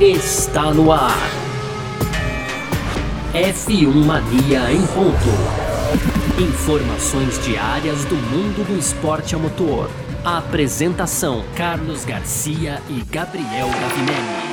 está no ar. F1 Mania em ponto. Informações diárias do mundo do esporte a motor. A apresentação: Carlos Garcia e Gabriel Gavinelli.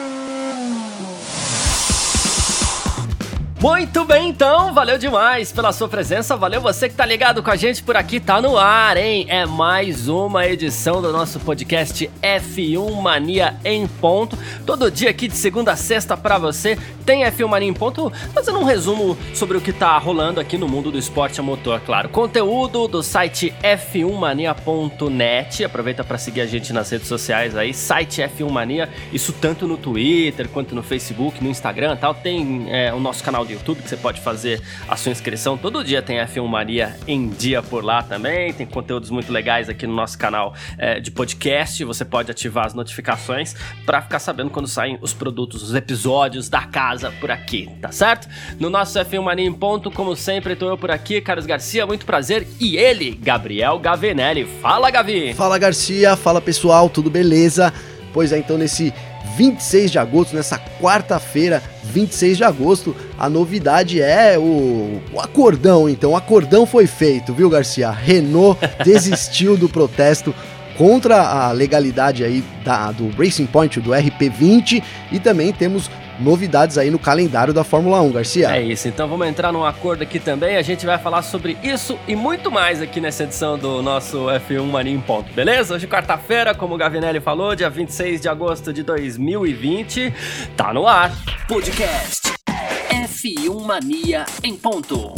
Muito bem, então, valeu demais pela sua presença, valeu você que tá ligado com a gente por aqui, tá no ar, hein? É mais uma edição do nosso podcast F1 Mania em ponto, todo dia aqui de segunda a sexta pra você, tem F1 Mania em ponto, fazendo um resumo sobre o que tá rolando aqui no mundo do esporte a motor, claro. Conteúdo do site f1mania.net, aproveita pra seguir a gente nas redes sociais aí, site F1 Mania, isso tanto no Twitter, quanto no Facebook, no Instagram e tal, tem o nosso canal do YouTube, que você pode fazer a sua inscrição. Todo dia tem F1 Mania em dia por lá também. Tem conteúdos muito legais aqui no nosso canal de podcast. Você pode ativar as notificações para ficar sabendo quando saem os produtos, os episódios da casa por aqui, tá certo? No nosso F1 Mania em ponto, como sempre, tô eu por aqui, Carlos Garcia, muito prazer. E ele, Gabriel Gavinelli. Fala, Gavi! Fala, Garcia. Fala, pessoal. Tudo beleza? Pois é, então nesse 26 de agosto, nessa quarta-feira, 26 de agosto, a novidade é o acordão. Então, o acordão foi feito, viu, Garcia? Renault desistiu do protesto contra a legalidade aí do Racing Point, do RP20, e também temos novidades aí no calendário da Fórmula 1, Garcia. É isso, então vamos entrar num acordo aqui também, a gente vai falar sobre isso e muito mais aqui nessa edição do nosso F1 Mania em ponto, beleza? Hoje quarta-feira, como o Gavinelli falou, dia 26 de agosto de 2020, tá no ar. Podcast F1 Mania em ponto.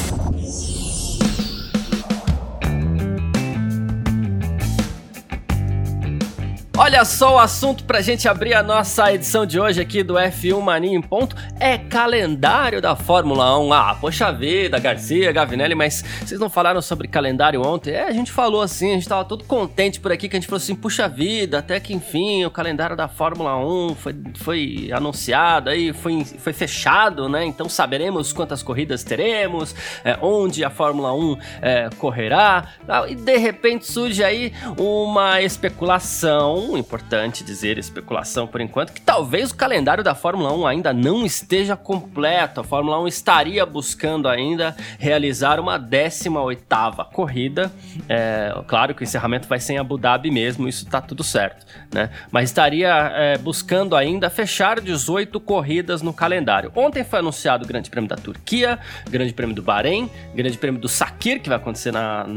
Olha só, o assunto pra gente abrir a nossa edição de hoje aqui do F1 Mania em ponto é calendário da Fórmula 1. Ah, poxa vida, Garcia, Gavinelli, mas vocês não falaram sobre calendário ontem? A gente falou assim, a gente tava todo contente por aqui, que a gente falou assim, puxa vida, até que enfim, o calendário da Fórmula 1 foi anunciado, aí foi fechado, né? Então saberemos quantas corridas teremos, onde a Fórmula 1 correrá, e de repente surge aí uma especulação, importante dizer especulação por enquanto, que talvez o calendário da Fórmula 1 ainda não esteja completo. A Fórmula 1 estaria buscando ainda realizar uma 18ª corrida. Claro que o encerramento vai ser em Abu Dhabi mesmo, isso tá tudo certo, né? Mas estaria buscando ainda fechar 18 corridas no calendário. Ontem foi anunciado o Grande Prêmio da Turquia, Grande Prêmio do Bahrein, Grande Prêmio do Sakir, que vai acontecer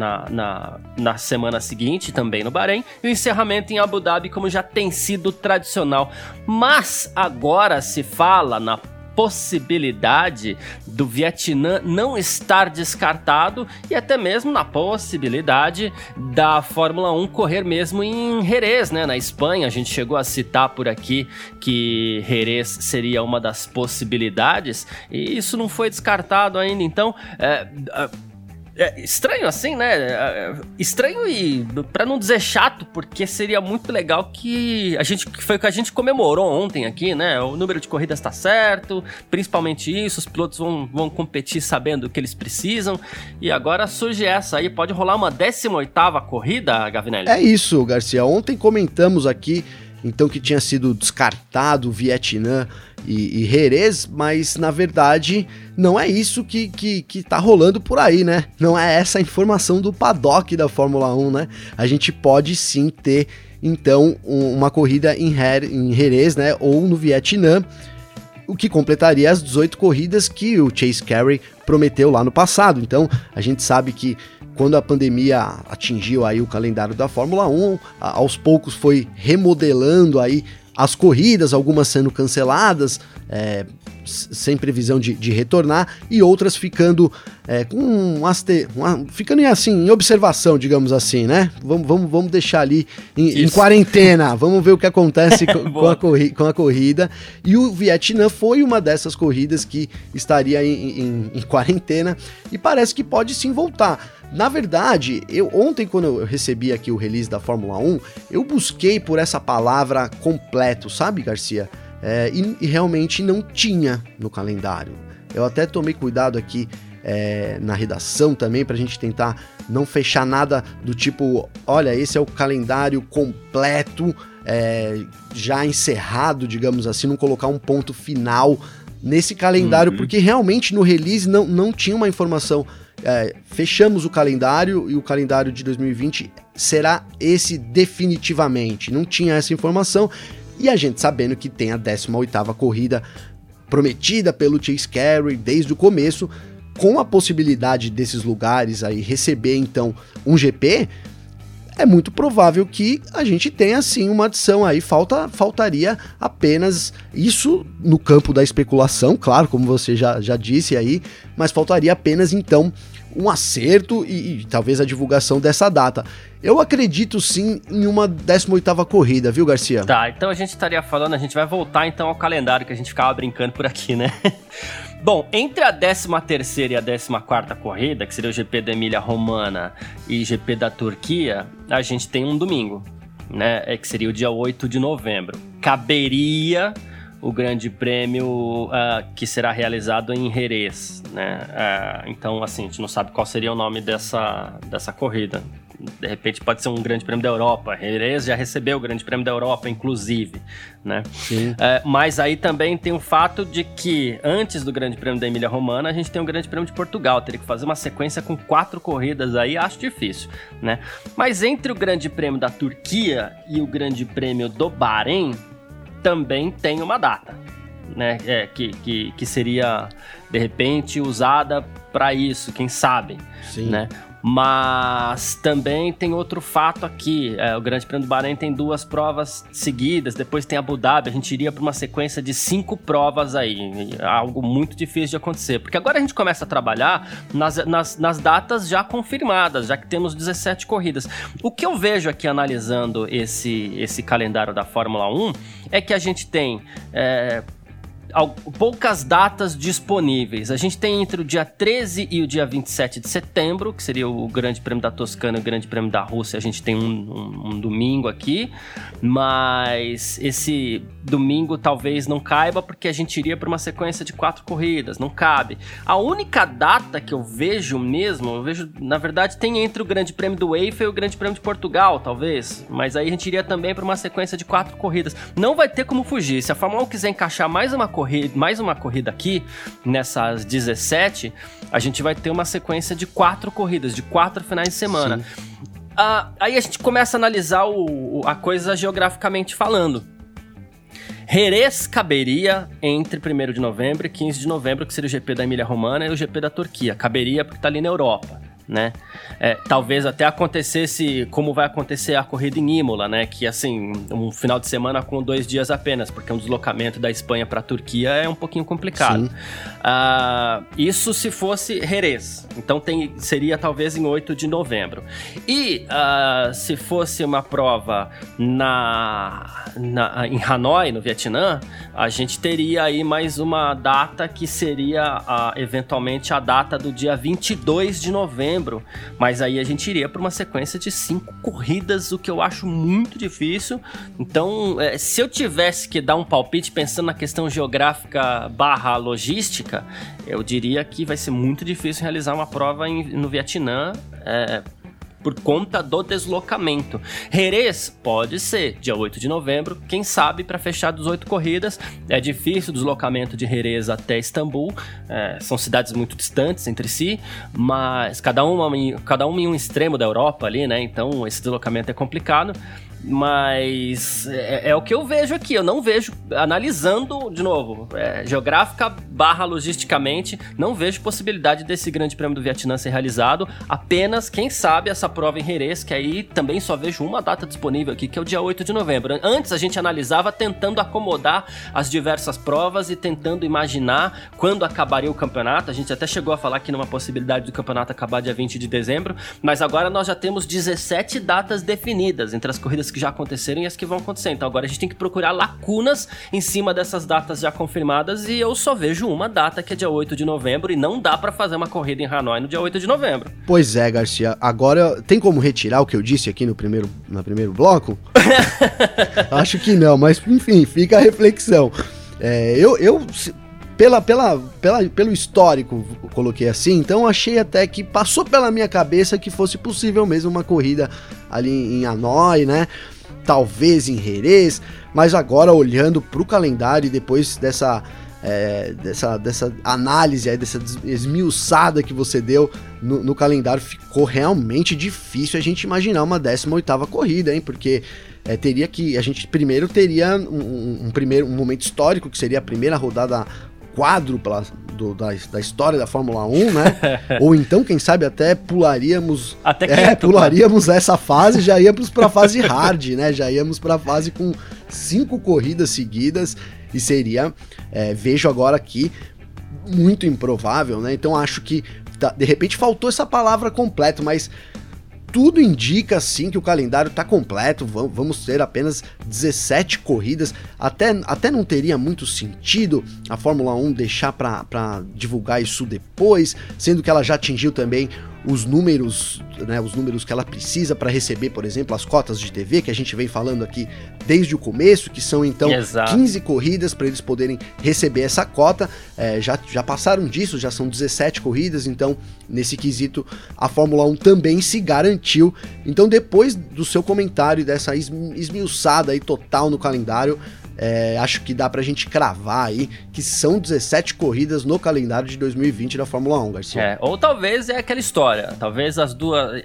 na semana seguinte, também no Bahrein, e o encerramento em Abu Dhabi, como já tem sido tradicional. Mas agora se fala na possibilidade do Vietnã não estar descartado e até mesmo na possibilidade da Fórmula 1 correr mesmo em Jerez, né, na Espanha. A gente chegou a citar por aqui que Jerez seria uma das possibilidades e isso não foi descartado ainda. Então, estranho assim, né? Estranho e, pra não dizer chato, porque seria muito legal que foi o que a gente comemorou ontem aqui, né? O número de corridas tá certo, principalmente isso, os pilotos vão competir sabendo o que eles precisam, e agora surge essa aí, pode rolar uma 18ª corrida, Gavinelli? É isso, Garcia. Ontem comentamos aqui, então, que tinha sido descartado o Vietnã e Jerez, mas na verdade não é isso que tá rolando por aí, né? Não é essa a informação do paddock da Fórmula 1, né? A gente pode sim ter, então, uma corrida em Jerez, né? Ou no Vietnã, o que completaria as 18 corridas que o Chase Carey prometeu lá no passado. Então, a gente sabe que quando a pandemia atingiu aí o calendário da Fórmula 1, aos poucos foi remodelando aí as corridas, algumas sendo canceladas, sem previsão de retornar, e outras ficando ficando assim, em observação, digamos assim, né? Vamos deixar ali em quarentena, vamos ver o que acontece com a corrida. E o Vietnã foi uma dessas corridas que estaria em quarentena, e parece que pode sim voltar. Na verdade, ontem, quando eu recebi aqui o release da Fórmula 1, eu busquei por essa palavra completo, sabe, Garcia? E realmente não tinha no calendário. Eu até tomei cuidado aqui na redação também, pra gente tentar não fechar nada do tipo, olha, esse é o calendário completo, já encerrado, digamos assim, não colocar um ponto final nesse calendário, porque realmente no release não tinha uma informação. Fechamos o calendário e o calendário de 2020 será esse definitivamente. Não tinha essa informação e a gente sabendo que tem a 18ª corrida prometida pelo Chase Carey desde o começo, com a possibilidade desses lugares aí receber então um GP, é muito provável que a gente tenha sim uma adição aí, faltaria apenas isso no campo da especulação, claro, como você já disse aí, mas faltaria apenas então um acerto e talvez a divulgação dessa data. Eu acredito sim em uma 18ª corrida, viu, Garcia? Tá, então a gente estaria falando, a gente vai voltar então ao calendário que a gente ficava brincando por aqui, né? Bom, entre a 13ª e a 14ª corrida, que seria o GP da Emília-Romana e GP da Turquia, a gente tem um domingo, né? Que seria o dia 8 de novembro. Caberia o grande prêmio que será realizado em Jerez, né? Então, assim, a gente não sabe qual seria o nome dessa corrida. De repente pode ser um grande prêmio da Europa. Jerez já recebeu o grande prêmio da Europa, inclusive, né? Sim. Mas aí também tem o fato de que antes do grande prêmio da Emília-Romana, a gente tem o grande prêmio de Portugal. Teria que fazer uma sequência com 4 corridas aí, acho difícil, né? Mas entre o grande prêmio da Turquia e o grande prêmio do Bahrein, também tem uma data, né? Que seria, de repente, usada para isso, quem sabe, Sim. né? Mas também tem outro fato aqui, o Grande Prêmio do Bahrein tem 2 provas seguidas, depois tem Abu Dhabi, a gente iria para uma sequência de 5 provas aí, algo muito difícil de acontecer, porque agora a gente começa a trabalhar nas datas já confirmadas, já que temos 17 corridas. O que eu vejo aqui analisando esse calendário da Fórmula 1 é que a gente tem poucas datas disponíveis. A gente tem entre o dia 13 e o dia 27 de setembro, que seria o Grande Prêmio da Toscana e o Grande Prêmio da Rússia. A gente tem um domingo aqui, mas esse domingo talvez não caiba, porque a gente iria para uma sequência de 4 corridas, não cabe. A única data que eu vejo, na verdade, tem entre o Grande Prêmio do EIFA e o Grande Prêmio de Portugal, talvez, mas aí a gente iria também para uma sequência de 4 corridas. Não vai ter como fugir. Se a Fórmula 1 quiser encaixar mais uma corrida aqui, nessas 17, a gente vai ter uma sequência de 4 corridas, de 4 finais de semana. Aí a gente começa a analisar a coisa geograficamente falando. Jerez caberia entre 1º de novembro e 15 de novembro, que seria o GP da Emília-Romana e o GP da Turquia. Caberia porque tá ali na Europa, né? Talvez até acontecesse como vai acontecer a corrida em Imola, né? Que assim, um final de semana com 2 dias apenas, porque um deslocamento da Espanha para a Turquia é um pouquinho complicado. Isso se fosse Jerez, então seria talvez em 8 de novembro. E se fosse uma prova em Hanoi, no Vietnã, a gente teria aí mais uma data que seria eventualmente a data do dia 22 de novembro, mas aí a gente iria para uma sequência de 5 corridas, o que eu acho muito difícil. Então, se eu tivesse que dar um palpite pensando na questão geográfica / logística, eu diria que vai ser muito difícil realizar uma prova no Vietnã, por conta do deslocamento. Jerez pode ser dia 8 de novembro, quem sabe para fechar 18 corridas. É difícil o deslocamento de Jerez até Istambul, são cidades muito distantes entre si, mas cada uma em um extremo da Europa ali, né? Então esse deslocamento é complicado. Mas é o que eu vejo aqui. Eu não vejo, analisando de novo, geográfica / logisticamente, não vejo possibilidade desse Grande Prêmio do Vietnã ser realizado. Apenas, quem sabe, essa prova em Jerez, que aí também só vejo uma data disponível aqui, que é o dia 8 de novembro. Antes a gente analisava tentando acomodar as diversas provas e tentando imaginar quando acabaria o campeonato. A gente até chegou a falar aqui numa possibilidade do campeonato acabar dia 20 de dezembro, mas agora nós já temos 17 datas definidas entre as corridas que já aconteceram e as que vão acontecer. Então agora a gente tem que procurar lacunas em cima dessas datas já confirmadas, e eu só vejo uma data, que é dia 8 de novembro, e não dá pra fazer uma corrida em Hanoi no dia 8 de novembro. Pois é, Garcia. Agora, tem como retirar o que eu disse aqui no primeiro bloco? Acho que não, mas enfim, fica a reflexão. Pelo histórico, eu coloquei assim, então achei até que passou pela minha cabeça que fosse possível mesmo uma corrida ali em Hanoi, né? talvez em Jerez, mas agora olhando para o calendário e depois dessa análise aí, dessa esmiuçada que você deu no calendário, ficou realmente difícil a gente imaginar uma 18ª corrida, hein? Porque a gente primeiro teria um momento histórico, que seria a primeira rodada quádrupla da história da Fórmula 1, né? Ou então, quem sabe, até pularíamos essa fase, já íamos para a fase hard, né? Já íamos para a fase com 5 corridas seguidas, e seria, vejo agora aqui, muito improvável, né? Então acho que, de repente, faltou essa palavra completo, mas tudo indica, sim, que o calendário está completo. Vamos ter apenas 17 corridas. Até não teria muito sentido a Fórmula 1 deixar para divulgar isso depois, sendo que ela já atingiu também os números, né, os números que ela precisa para receber, por exemplo, as cotas de TV, que a gente vem falando aqui desde o começo, que são então Exato. 15 corridas para eles poderem receber essa cota. Já passaram disso, já são 17 corridas, então nesse quesito a Fórmula 1 também se garantiu. Então, depois do seu comentário, dessa esmiuçada aí total no calendário, acho que dá pra gente cravar aí que são 17 corridas no calendário de 2020 da Fórmula 1, Garcia. Ou talvez é aquela história, talvez as duas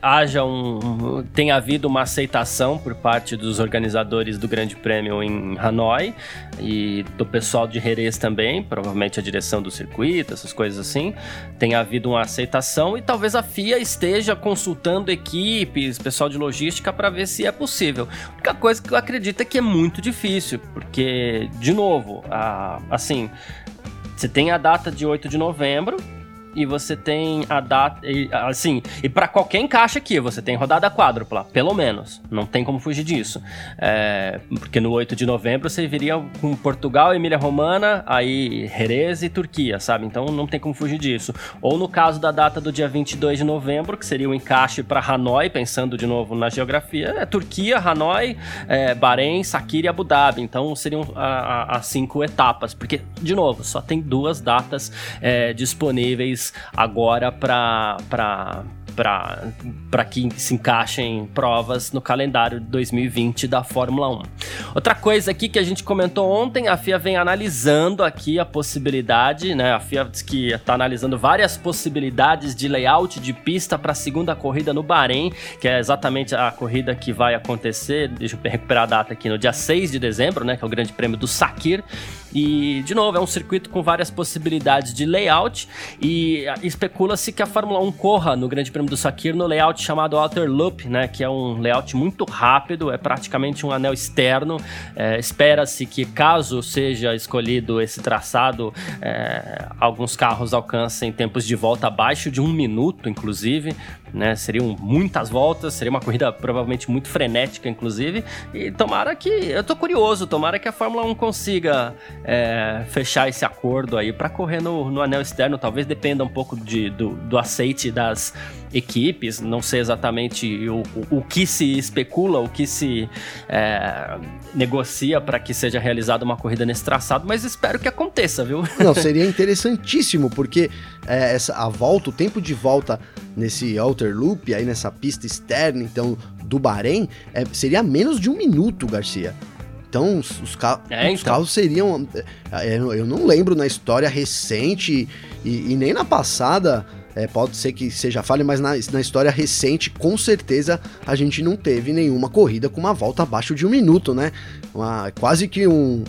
tenha havido uma aceitação por parte dos organizadores do Grande Prêmio em Hanoi e do pessoal de Jerez também, provavelmente a direção do circuito, essas coisas assim, tenha havido uma aceitação e talvez a FIA esteja consultando equipes, pessoal de logística para ver se é possível. A única coisa que eu acredito é que é muito difícil, porque, de novo, assim, você tem a data de 8 de novembro e você tem a data, assim, e para qualquer encaixe aqui, você tem rodada quádrupla, pelo menos, não tem como fugir disso, porque no 8 de novembro você viria com Portugal, Emília-Romagna, aí Jerez e Turquia, sabe, então não tem como fugir disso, ou no caso da data do dia 22 de novembro, que seria o encaixe para Hanoi, pensando de novo na geografia, Turquia, Hanoi, Bahrein, Sakir e Abu Dhabi, então seriam as 5 etapas, porque, de novo, só tem 2 datas disponíveis agora para que se encaixem provas no calendário de 2020 da Fórmula 1. Outra coisa aqui que a gente comentou ontem, a FIA vem analisando aqui a possibilidade, né? A FIA diz que está analisando várias possibilidades de layout de pista para a segunda corrida no Bahrein, que é exatamente a corrida que vai acontecer, deixa eu recuperar a data aqui, no dia 6 de dezembro, né? Que é o Grande Prêmio do Sakir. E, de novo, é um circuito com várias possibilidades de layout e especula-se que a Fórmula 1 corra no Grande Prêmio do Sakir no layout chamado Outer Loop, né, que é um layout muito rápido, é praticamente um anel externo. Espera-se que, caso seja escolhido esse traçado, alguns carros alcancem tempos de volta abaixo de 1 minuto, inclusive, né, seriam muitas voltas, seria uma corrida provavelmente muito frenética, inclusive, e tomara que, eu tô curioso, tomara que a Fórmula 1 consiga fechar esse acordo aí para correr no anel externo. Talvez dependa um pouco do aceite das equipes, não sei exatamente o que se especula, o que se negocia para que seja realizada uma corrida nesse traçado, mas espero que aconteça, viu? Não, seria interessantíssimo, porque o tempo de volta nesse Outer Loop, aí nessa pista externa, então, do Bahrein, seria menos de 1 minuto, Garcia. Então, os carros seriam... eu não lembro na história recente e nem na passada, pode ser que seja falha, mas na história recente, com certeza, a gente não teve nenhuma corrida com uma volta abaixo de 1 minuto, né? Quase que um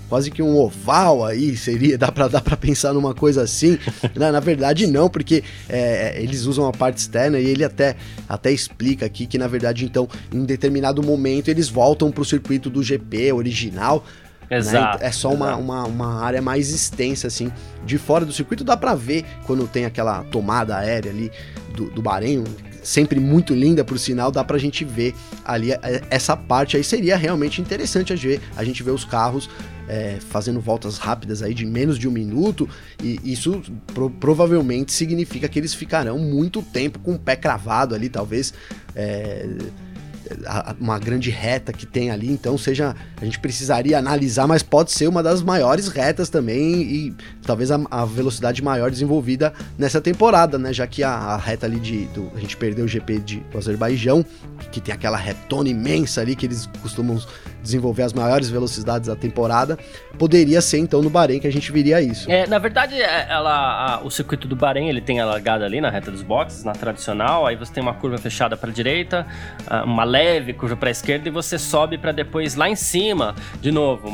oval aí seria, dá pra pensar numa coisa assim. Na verdade não, porque eles usam a parte externa e ele até explica aqui que, na verdade, então, em determinado momento eles voltam pro circuito do GP original. Exato. Né? É só uma área mais extensa, assim, de fora do circuito. Dá pra ver quando tem aquela tomada aérea ali do Bahrein, sempre muito linda, por sinal, dá pra gente ver ali essa parte aí. Seria realmente interessante a gente ver os carros fazendo voltas rápidas aí de menos de 1 minuto, e isso provavelmente significa que eles ficarão muito tempo com o pé cravado ali, talvez uma grande reta que tem ali, então a gente precisaria analisar, mas pode ser uma das maiores retas também e talvez a velocidade maior desenvolvida nessa temporada, né? Já que a reta ali a gente perdeu o GP do Azerbaijão, que tem aquela retona imensa ali que eles costumam desenvolver as maiores velocidades da temporada, poderia ser então no Bahrein que a gente viria isso. Na verdade, o circuito do Bahrein, ele tem a largada ali na reta dos boxes, na tradicional, aí você tem uma curva fechada para a direita, uma leve curva para a esquerda e você sobe para depois lá em cima, de novo,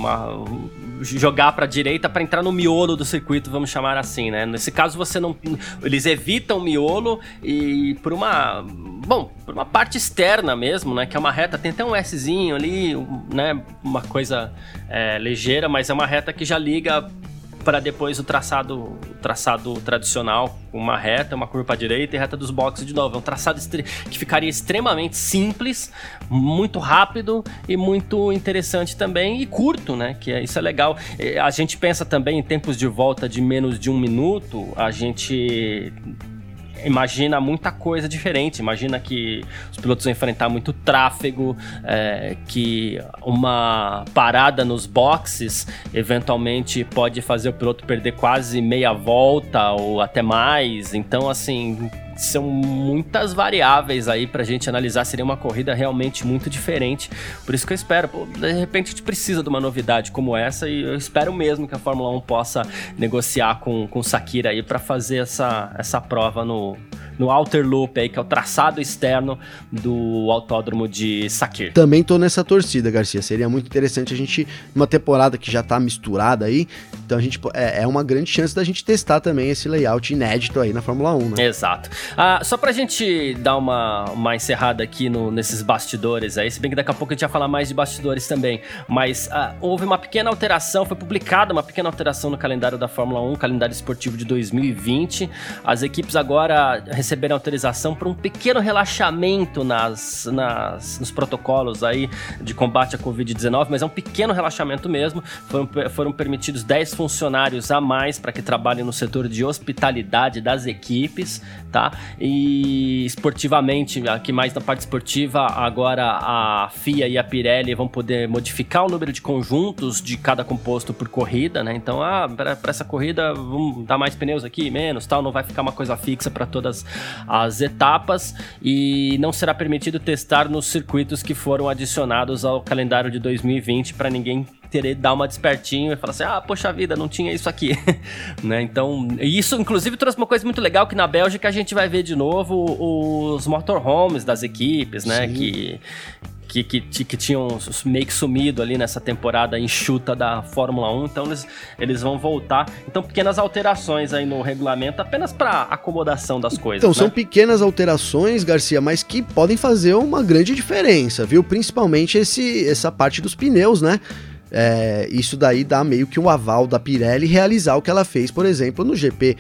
jogar para a direita para entrar no miolo do circuito, vamos chamar assim, né? Nesse caso eles evitam o miolo e por uma parte externa mesmo, né? Que é uma reta, tem até um Szinho ali, né? Uma coisa ligeira, mas é uma reta que já liga para depois o traçado tradicional, uma reta, uma curva para a direita e reta dos boxes de novo. É um traçado que ficaria extremamente simples, muito rápido e muito interessante também, e curto, né? Isso é legal. A gente pensa também em tempos de volta de menos de 1 minuto, a gente imagina muita coisa diferente, imagina que os pilotos vão enfrentar muito tráfego, que uma parada nos boxes eventualmente pode fazer o piloto perder quase meia volta ou até mais, então assim, são muitas variáveis aí pra gente analisar, seria uma corrida realmente muito diferente, por isso que eu espero, de repente a gente precisa de uma novidade como essa e eu espero mesmo que a Fórmula 1 possa negociar com o Sakira aí pra fazer essa prova no Outer Loop aí, que é o traçado externo do autódromo de Sakir. Também tô nessa torcida, Garcia, seria muito interessante a gente, numa temporada que já tá misturada aí, então a gente é uma grande chance da gente testar também esse layout inédito aí na Fórmula 1, né? Exato. Só pra gente dar uma encerrada aqui nesses bastidores aí, se bem que daqui a pouco a gente vai falar mais de bastidores também, mas houve uma pequena alteração, foi publicada uma pequena alteração no calendário da Fórmula 1, calendário esportivo de 2020, as equipes agora receberam autorização para um pequeno relaxamento nos protocolos aí de combate à Covid-19, mas é um pequeno relaxamento mesmo, foram permitidos 10 funcionários a mais para que trabalhem no setor de hospitalidade das equipes, tá? E esportivamente, aqui mais na parte esportiva, agora a FIA e a Pirelli vão poder modificar o número de conjuntos de cada composto por corrida, né? Então, para essa corrida, vamos dar mais pneus aqui, menos, tal, não vai ficar uma coisa fixa para todas as etapas e não será permitido testar nos circuitos que foram adicionados ao calendário de 2020 para ninguém querer dar uma despertinho e falar assim, poxa vida, não tinha isso aqui, né? Então, isso inclusive trouxe uma coisa muito legal que na Bélgica a gente vai ver de novo os motorhomes das equipes, né? Que tinham meio que sumido ali nessa temporada enxuta da Fórmula 1, então eles vão voltar. Então, pequenas alterações aí no regulamento, apenas para acomodação das coisas. Então, né? São pequenas alterações, Garcia, mas que podem fazer uma grande diferença, viu? Principalmente essa parte dos pneus, né? Isso daí dá meio que um aval da Pirelli realizar o que ela fez, por exemplo, no GP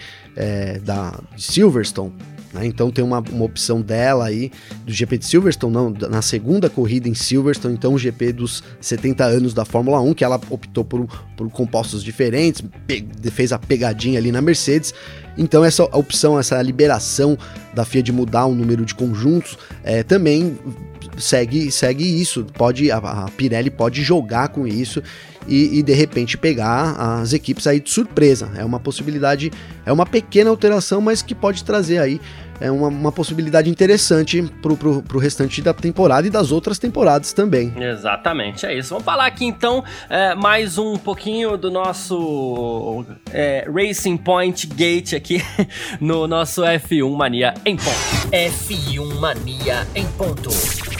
de Silverstone, né? Então tem uma opção dela aí, do GP de Silverstone, não, na segunda corrida em Silverstone, então o GP dos 70 anos da Fórmula 1, que ela optou por compostos diferentes, fez a pegadinha ali na Mercedes. Então essa opção, essa liberação da FIA de mudar o número de conjuntos também segue isso, a Pirelli pode jogar com isso e de repente pegar as equipes aí de surpresa. É uma possibilidade, é uma pequena alteração, mas que pode trazer aí uma possibilidade interessante pro restante da temporada e das outras temporadas também. Exatamente, é isso. Vamos falar aqui então mais um pouquinho do nosso Racing Point Gate aqui no nosso F1 Mania em ponto. F1 Mania em ponto.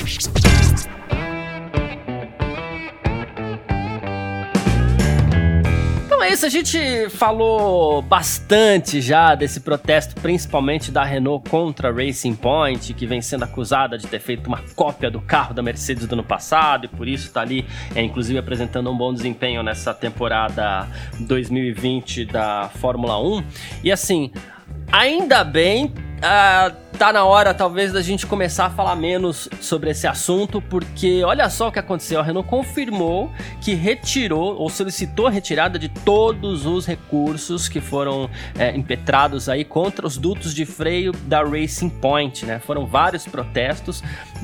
Então é isso, a gente falou bastante já desse protesto, principalmente da Renault contra a Racing Point, que vem sendo acusada de ter feito uma cópia do carro da Mercedes do ano passado, e por isso está ali, inclusive apresentando um bom desempenho nessa temporada 2020 da Fórmula 1. E assim, ainda bem, tá na hora, talvez, da gente começar a falar menos sobre esse assunto, porque olha só o que aconteceu. A Renault confirmou que retirou, ou solicitou a retirada de todos os recursos que foram impetrados aí contra os dutos de freio da Racing Point, né? Foram vários protestos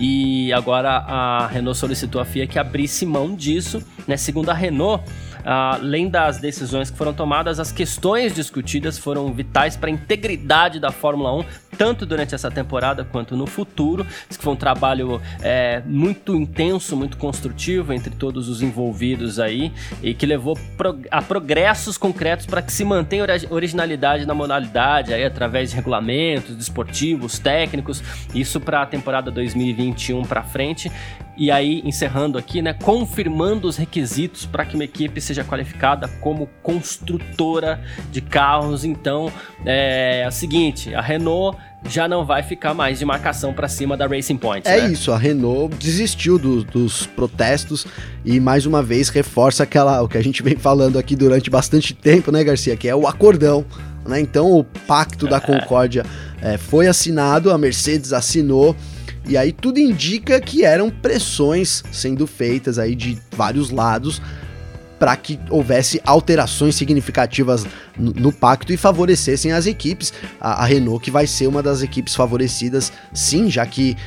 e agora a Renault solicitou à FIA que abrisse mão disso, né? Segundo a Renault, além das decisões que foram tomadas, as questões discutidas foram vitais para a integridade da Fórmula 1, tanto durante essa temporada quanto no futuro. Diz que foi um trabalho muito intenso, muito construtivo entre todos os envolvidos aí, e que levou a progressos concretos para que se mantenha originalidade na modalidade, aí, através de regulamentos desportivos, técnicos, isso para a temporada 2021 para frente. E aí, encerrando aqui, né, confirmando os requisitos para que uma equipe seja qualificada como construtora de carros. Então, é o seguinte, a Renault já não vai ficar mais de marcação para cima da Racing Point. É, né? Isso, a Renault desistiu dos protestos e mais uma vez reforça o que a gente vem falando aqui durante bastante tempo, né, Garcia, que é o acordão, né? Então o Pacto da Concórdia foi assinado, a Mercedes assinou, e aí tudo indica que eram pressões sendo feitas aí de vários lados para que houvesse alterações significativas no pacto e favorecessem as equipes. A Renault, que vai ser uma das equipes favorecidas, sim, já que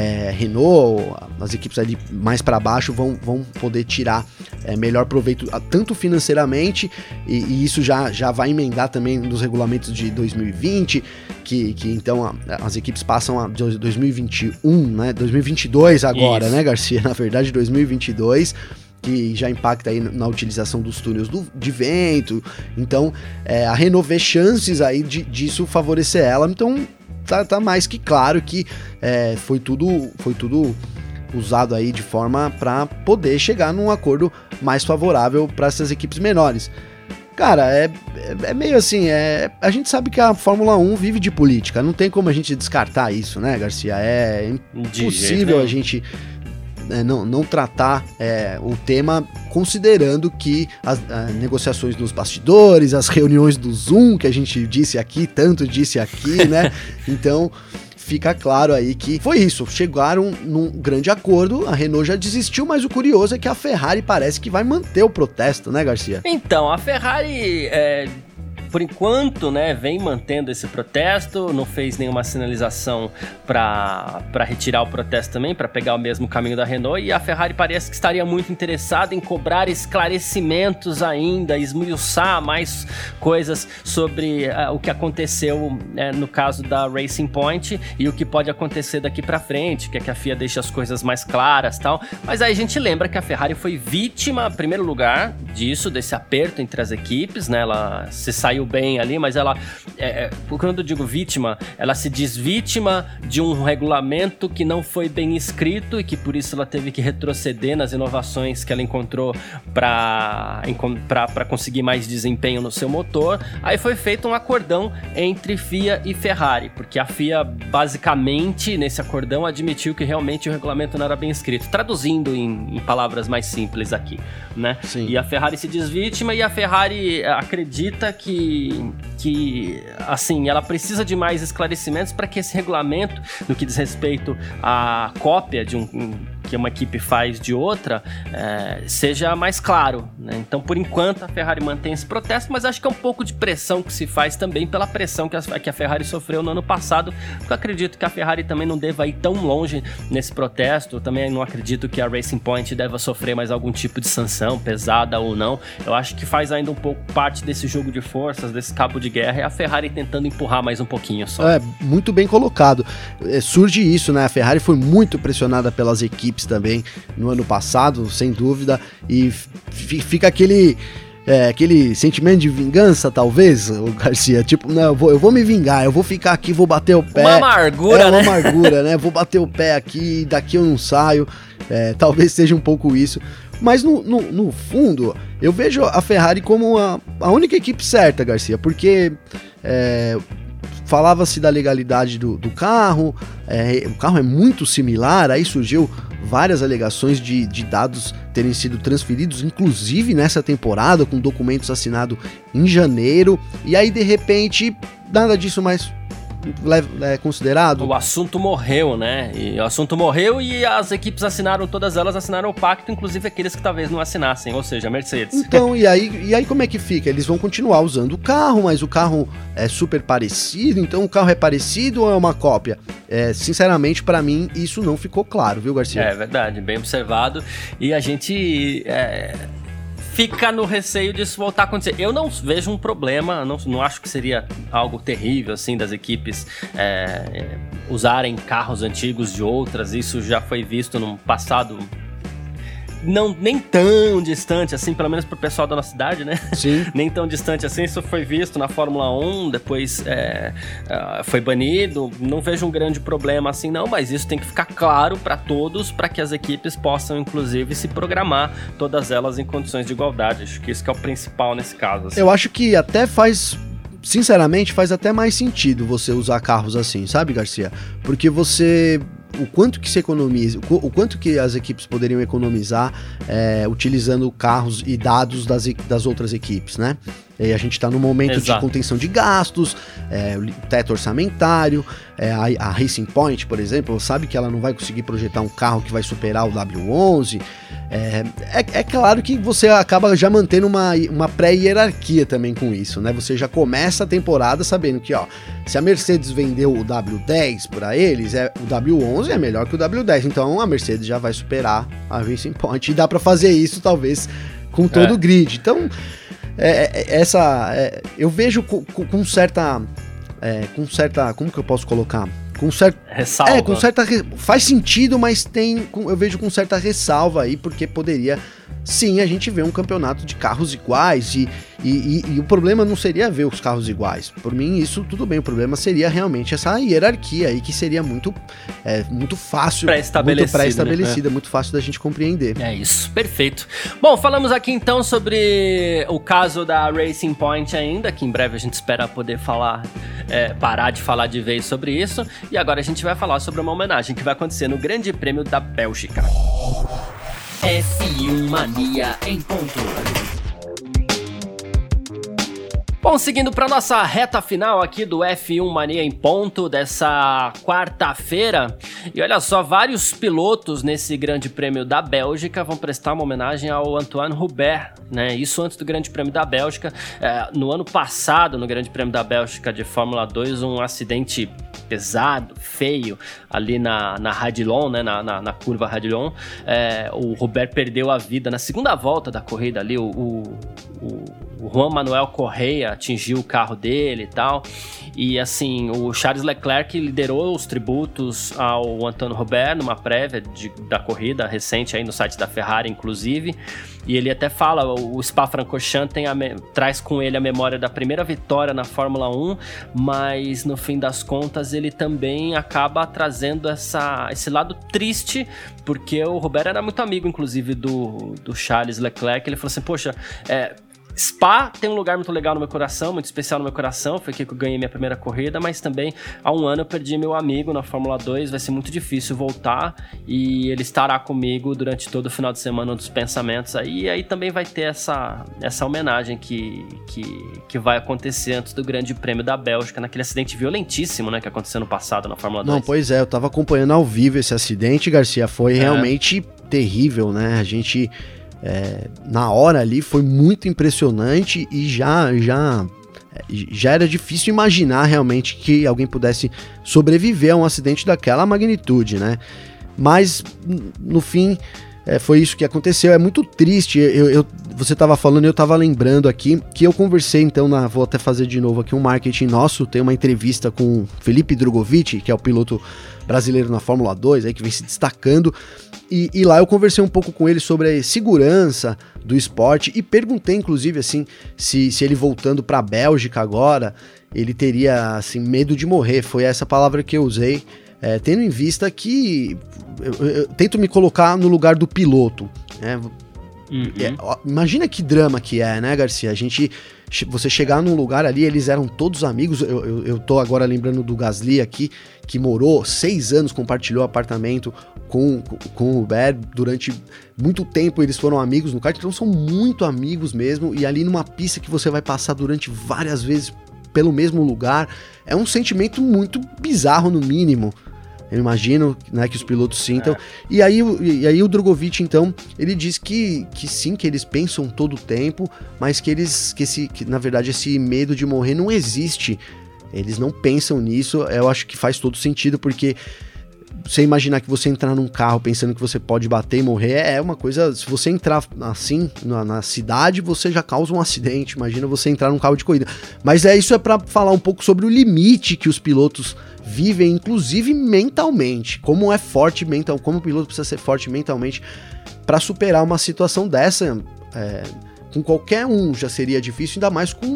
Renault, as equipes ali mais para baixo vão poder tirar melhor proveito, tanto financeiramente, e isso já vai emendar também nos regulamentos de 2020, que então as equipes passam a 2021, né, 2022 agora, isso, né, Garcia? Na verdade, 2022, que já impacta aí na utilização dos túneis de vento. Então, a Renault vê chances aí disso favorecer ela. Então, tá mais que claro que foi tudo usado aí de forma para poder chegar num acordo mais favorável para essas equipes menores. Cara, é meio assim, a gente sabe que a Fórmula 1 vive de política, não tem como a gente descartar isso, né, Garcia? É impossível a gente não tratar o tema considerando que as negociações nos bastidores, as reuniões do Zoom, que a gente disse aqui, né? Então, fica claro aí que foi isso, chegaram num grande acordo, a Renault já desistiu, mas o curioso é que a Ferrari parece que vai manter o protesto, né, Garcia? Então, a Ferrari, por enquanto, né, vem mantendo esse protesto, não fez nenhuma sinalização para retirar o protesto também, para pegar o mesmo caminho da Renault, e a Ferrari parece que estaria muito interessada em cobrar esclarecimentos ainda, esmiuçar mais coisas sobre o que aconteceu no caso da Racing Point e o que pode acontecer daqui para frente, que a FIA deixe as coisas mais claras e tal. Mas aí a gente lembra que a Ferrari foi vítima, em primeiro lugar, desse aperto entre as equipes, né? Ela se saiu bem ali, mas ela, quando eu digo vítima, ela se diz vítima de um regulamento que não foi bem escrito e que por isso ela teve que retroceder nas inovações que ela encontrou para conseguir mais desempenho no seu motor. Aí foi feito um acordão entre FIA e Ferrari, porque a FIA basicamente nesse acordão admitiu que realmente o regulamento não era bem escrito, traduzindo em palavras mais simples aqui, né? Sim. E a Ferrari se diz vítima, e a Ferrari acredita que assim, ela precisa de mais esclarecimentos para que esse regulamento, no que diz respeito à cópia que uma equipe faz de outra, seja mais claro, né? Então, por enquanto, a Ferrari mantém esse protesto, mas acho que é um pouco de pressão que se faz também pela pressão que a Ferrari sofreu no ano passado, porque eu acredito que a Ferrari também não deva ir tão longe nesse protesto. Eu também não acredito que a Racing Point deva sofrer mais algum tipo de sanção, pesada ou não. Eu acho que faz ainda um pouco parte desse jogo de forças, desse cabo de guerra, é a Ferrari tentando empurrar mais um pouquinho só. Muito bem colocado. Surge isso, né? A Ferrari foi muito pressionada pelas equipes também no ano passado, sem dúvida, e fica aquele sentimento de vingança, talvez, o Garcia, tipo, não, eu vou me vingar, eu vou ficar aqui, vou bater o pé. Uma amargura, né? Uma amargura, né? Vou bater o pé aqui, daqui eu não saio. Talvez seja um pouco isso. Mas no fundo, eu vejo a Ferrari como a única equipe certa, Garcia, porque falava-se da legalidade do carro, o carro é muito similar, aí surgiu várias alegações de dados terem sido transferidos, inclusive nessa temporada, com documentos assinados em janeiro, e aí de repente nada disso mais é considerado? O assunto morreu, né? E o assunto morreu e as equipes assinaram, todas elas assinaram o pacto, inclusive aqueles que talvez não assinassem, ou seja, a Mercedes. Então, e aí como é que fica? Eles vão continuar usando o carro, mas o carro é super parecido, então o carro é parecido ou é uma cópia? Sinceramente, pra mim, isso não ficou claro, viu, Garcia? É verdade, bem observado. E a gente fica no receio disso voltar a acontecer. Eu não vejo um problema, não acho que seria algo terrível, assim, das equipes usarem carros antigos de outras. Isso já foi visto num passado nem tão distante assim, pelo menos pro pessoal da nossa cidade, né? Sim. Nem tão distante assim, isso foi visto na Fórmula 1, depois foi banido. Não vejo um grande problema assim não, mas isso tem que ficar claro para todos, para que as equipes possam inclusive se programar, todas elas em condições de igualdade. Acho que isso que é o principal nesse caso, assim. Eu acho que até sinceramente, faz até mais sentido você usar carros assim, sabe, Garcia? Porque o quanto que se economiza, o quanto que as equipes poderiam economizar utilizando carros e dados das outras equipes, né? E a gente está num momento de contenção de gastos, o teto orçamentário, a Racing Point, por exemplo, sabe que ela não vai conseguir projetar um carro que vai superar o W11. É claro que você acaba já mantendo uma pré-hierarquia também com isso, né? Você já começa a temporada sabendo que, se a Mercedes vendeu o W10 para eles, o W11 é melhor que o W10, então a Mercedes já vai superar a Racing Point, e dá para fazer isso talvez com todo o grid. Então eu vejo com certa, como que eu posso colocar? Com certa ressalva. Faz sentido, mas eu vejo com certa ressalva aí, porque poderia sim a gente ver um campeonato de carros iguais e o problema não seria ver os carros iguais. Por mim isso tudo bem, o problema seria realmente essa hierarquia aí, que seria muito fácil, muito pré-estabelecida, né? Muito fácil da gente compreender. É isso, perfeito. Bom, falamos aqui então sobre o caso da Racing Point ainda, que em breve a gente espera poder parar de falar de vez sobre isso, e agora a gente vai falar sobre uma homenagem que vai acontecer no Grande Prêmio da Bélgica. F1 Mania em ponto. Bom, seguindo para nossa reta final aqui do F1 Mania em ponto dessa quarta-feira, e olha só, vários pilotos nesse Grande Prêmio da Bélgica vão prestar uma homenagem ao Antoine Hubert, né? Isso antes do Grande Prêmio da Bélgica. No ano passado, no Grande Prêmio da Bélgica de Fórmula 2, um acidente pesado, feio, ali na Radillon, né? Na curva Radillon. O Hubert perdeu a vida na segunda volta da corrida ali, o Juan Manuel Correia atingiu o carro dele e tal, e assim, o Charles Leclerc liderou os tributos ao Antoine Hubert numa prévia da corrida recente aí no site da Ferrari, inclusive, e ele até fala, o Spa-Francorchamps traz com ele a memória da primeira vitória na Fórmula 1, mas no fim das contas ele também acaba trazendo esse lado triste, porque o Hubert era muito amigo, inclusive, do Charles Leclerc. Ele falou assim, poxa, Spa tem um lugar muito legal no meu coração, muito especial no meu coração, foi aqui que eu ganhei minha primeira corrida, mas também há um ano eu perdi meu amigo na Fórmula 2, vai ser muito difícil voltar, e ele estará comigo durante todo o final de semana dos pensamentos aí, e aí também vai ter essa homenagem que vai acontecer antes do Grande Prêmio da Bélgica, naquele acidente violentíssimo, né, que aconteceu no passado na Fórmula 2. Não, pois eu tava acompanhando ao vivo esse acidente, Garcia, foi realmente terrível, né, a gente... na hora ali foi muito impressionante, e já era difícil imaginar realmente que alguém pudesse sobreviver a um acidente daquela magnitude, né? Mas no fim foi isso que aconteceu. É muito triste. Você estava falando, eu estava lembrando aqui que eu conversei, então vou até fazer de novo aqui um marketing nosso, tem uma entrevista com Felipe Drogovic, que é o piloto brasileiro na Fórmula 2, aí, que vem se destacando, e lá eu conversei um pouco com ele sobre a segurança do esporte, e perguntei inclusive assim, se ele voltando para a Bélgica agora, ele teria assim, medo de morrer. Foi essa palavra que eu usei, tendo em vista que eu tento me colocar no lugar do piloto, né? Imagina que drama que né, Garcia? Você chegar num lugar ali, eles eram todos amigos. Eu tô agora lembrando do Gasly aqui, que morou 6 anos, compartilhou apartamento com o Hubert durante muito tempo. Eles foram amigos no kart, então são muito amigos mesmo. E ali numa pista que você vai passar durante várias vezes pelo mesmo lugar. É um sentimento muito bizarro, no mínimo. Eu imagino, né, que os pilotos sintam. E aí o Drogovic, então, ele diz que sim, que eles pensam todo o tempo, mas que na verdade esse medo de morrer não existe. Eles não pensam nisso. Eu acho que faz todo sentido, porque você imaginar que você entrar num carro pensando que você pode bater e morrer é uma coisa... Se você entrar assim na cidade, você já causa um acidente. Imagina você entrar num carro de corrida. Mas isso é para falar um pouco sobre o limite que os pilotos vivem, inclusive mentalmente. Como é forte mental, como o piloto precisa ser forte mentalmente para superar uma situação dessa. Com qualquer um já seria difícil, ainda mais com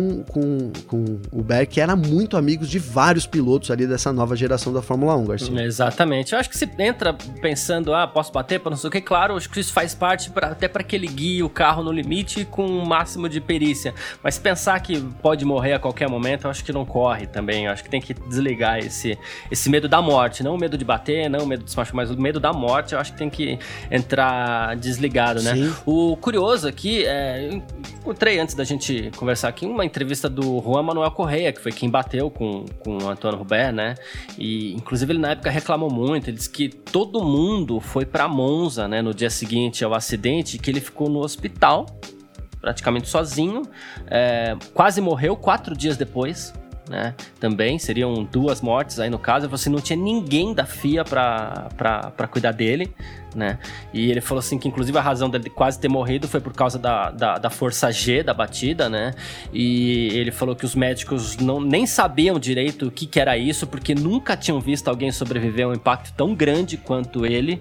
o Berg, que era muito amigo de vários pilotos ali dessa nova geração da Fórmula 1, Garcia. Exatamente. Eu acho que se entra pensando, posso bater para não sei o que, claro, acho que isso faz parte até para que ele guie o carro no limite com o máximo de perícia. Mas pensar que pode morrer a qualquer momento, eu acho que não corre também. Eu acho que tem que desligar esse medo da morte, não o medo de bater, não o medo de se machucar, mas o medo da morte, eu acho que tem que entrar desligado, né? Sim. O curioso aqui eu encontrei antes da gente conversar aqui uma entrevista do Juan Manuel Correa, que foi quem bateu com o Antoine Hubert, né? E inclusive ele na época reclamou muito, ele disse que todo mundo foi pra Monza, né, no dia seguinte ao acidente, que ele ficou no hospital, praticamente sozinho, quase morreu 4 dias depois, né? Também seriam 2 mortes aí no caso, você não tinha ninguém da FIA pra cuidar dele, né? E ele falou assim que inclusive a razão dele quase ter morrido foi por causa da força G da batida, né? E ele falou que os médicos nem sabiam direito o que era isso, porque nunca tinham visto alguém sobreviver a um impacto tão grande quanto ele.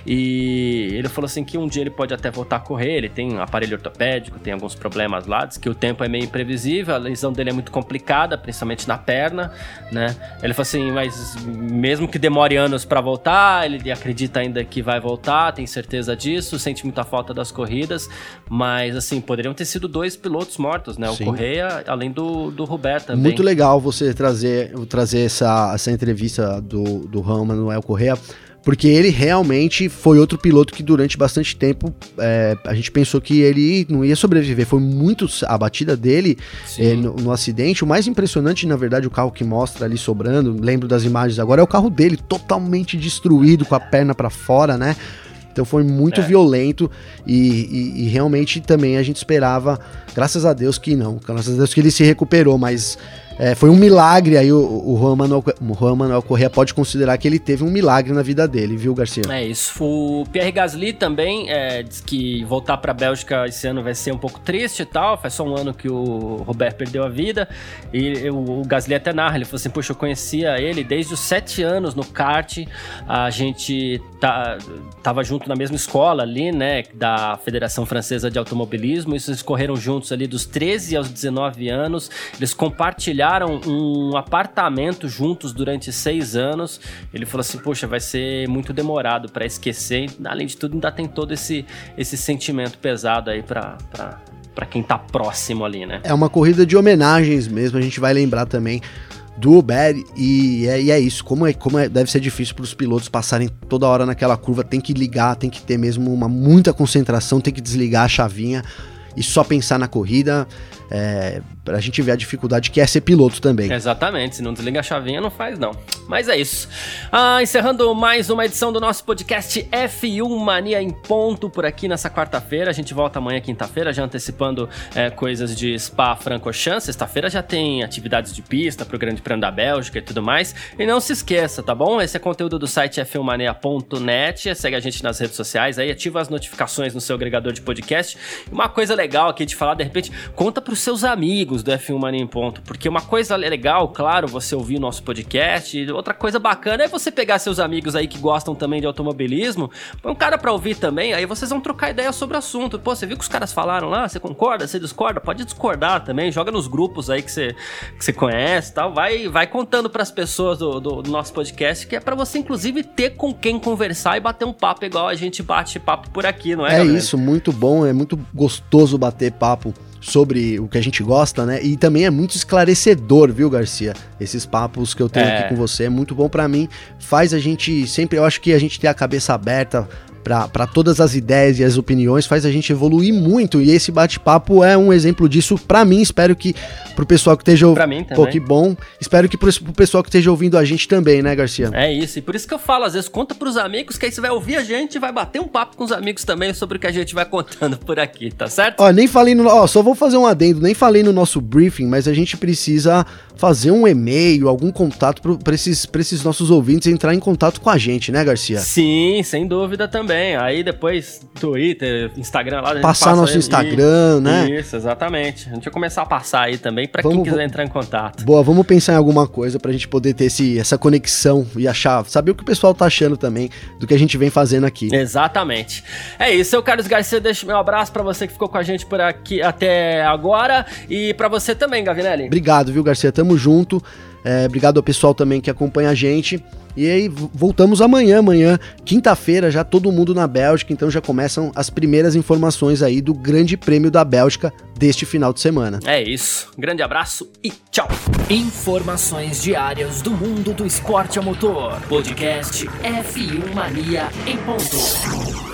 E ele falou assim que um dia ele pode até voltar a correr, ele tem um aparelho ortopédico, tem alguns problemas lá, diz que o tempo é meio imprevisível, a lesão dele é muito complicada, principalmente na perna, né? Ele falou assim, mas mesmo que demore anos para voltar, ele acredita ainda que vai voltar, tem certeza disso, sente muita falta das corridas, mas assim, poderiam ter sido 2 pilotos mortos, né? Sim. O Correa, além do Hubert também. Muito legal você trazer essa entrevista do Juan Manuel Correa, porque ele realmente foi outro piloto que durante bastante tempo a gente pensou que ele não ia sobreviver. Foi muito a batida dele no acidente. O mais impressionante, na verdade, o carro que mostra ali sobrando, lembro das imagens agora, é o carro dele totalmente destruído, com a perna para fora, né? Então foi muito violento e realmente também a gente esperava, graças a Deus que não, graças a Deus que ele se recuperou, mas foi um milagre. Aí o Juan Manuel Correa pode considerar que ele teve um milagre na vida dele, viu, Garcia? É isso. O Pierre Gasly também diz que voltar pra Bélgica esse ano vai ser um pouco triste e tal, faz só um ano que o Robert perdeu a vida, e o Gasly até narra, ele falou assim, poxa, eu conhecia ele desde os 7 anos no kart, a gente tava junto na mesma escola ali, né, da Federação Francesa de Automobilismo, eles correram juntos ali dos 13 aos 19 anos, eles compartilharam um apartamento juntos durante 6 anos. Ele falou assim, poxa, vai ser muito demorado para esquecer, além de tudo ainda tem todo esse sentimento pesado aí para quem tá próximo ali, né? É uma corrida de homenagens mesmo, a gente vai lembrar também do Hubert, e é isso, como deve ser difícil para os pilotos passarem toda hora naquela curva, tem que ligar, tem que ter mesmo muita concentração, tem que desligar a chavinha e só pensar na corrida. Pra gente ver a dificuldade que é ser piloto também. Exatamente, se não desliga a chavinha não faz não. Mas é isso. Encerrando mais uma edição do nosso podcast F1 Mania em ponto por aqui nessa quarta-feira. A gente volta amanhã, quinta-feira, já antecipando coisas de Spa-Francorchamps. Sexta-feira já tem atividades de pista pro Grande Prêmio da Bélgica e tudo mais. E não se esqueça, tá bom? Esse é conteúdo do site f1mania.net. Segue a gente nas redes sociais aí, ativa as notificações no seu agregador de podcast. Uma coisa legal aqui de falar, de repente, conta pros seus amigos do F1 Mania em Ponto, porque uma coisa legal, claro, você ouvir o nosso podcast, e outra coisa bacana é você pegar seus amigos aí que gostam também de automobilismo, põe um cara pra ouvir também, aí vocês vão trocar ideia sobre o assunto. Pô, você viu que os caras falaram lá? Você concorda? Você discorda? Pode discordar também, joga nos grupos aí que você conhece e tal, vai contando pras pessoas do nosso podcast, que é pra você inclusive ter com quem conversar e bater um papo igual a gente bate papo por aqui, não é, galera? Isso, muito bom, é muito gostoso bater papo sobre o que a gente gosta, né? E também é muito esclarecedor, viu, Garcia? Esses papos que eu tenho aqui com você é muito bom pra mim. Faz a gente sempre, eu acho que a gente tem a cabeça aberta para todas as ideias e as opiniões, faz a gente evoluir muito, e esse bate-papo é um exemplo disso pra mim. Espero que pro pessoal que esteja ouvindo, pra mim também. pô, que bom, espero que pro pessoal que esteja ouvindo a gente também, né, Garcia? É isso, e por isso que eu falo, às vezes conta pros amigos, que aí você vai ouvir a gente, vai bater um papo com os amigos também sobre o que a gente vai contando por aqui, tá certo? Ó, nem falei só vou fazer um adendo, nem falei no nosso briefing, mas a gente precisa fazer um e-mail, algum contato pra esses nossos ouvintes entrar em contato com a gente, né, Garcia? Sim, sem dúvida também. Aí depois Twitter, Instagram lá, a gente passar nosso Instagram, né? Isso, exatamente. A gente vai começar a passar aí também pra quem quiser entrar em contato. Boa, vamos pensar em alguma coisa pra gente poder ter essa conexão e saber o que o pessoal tá achando também do que a gente vem fazendo aqui. Exatamente. É isso, eu, Carlos Garcia, deixo meu abraço pra você que ficou com a gente por aqui até agora e pra você também, Gavinelli. Obrigado, viu, Garcia? Tamo junto. Obrigado ao pessoal também que acompanha a gente. E aí, voltamos amanhã, quinta-feira, já todo mundo na Bélgica, então já começam as primeiras informações aí do Grande Prêmio da Bélgica deste final de semana. É isso, grande abraço e tchau! Informações diárias do mundo do esporte a motor. Podcast F1 Mania em ponto.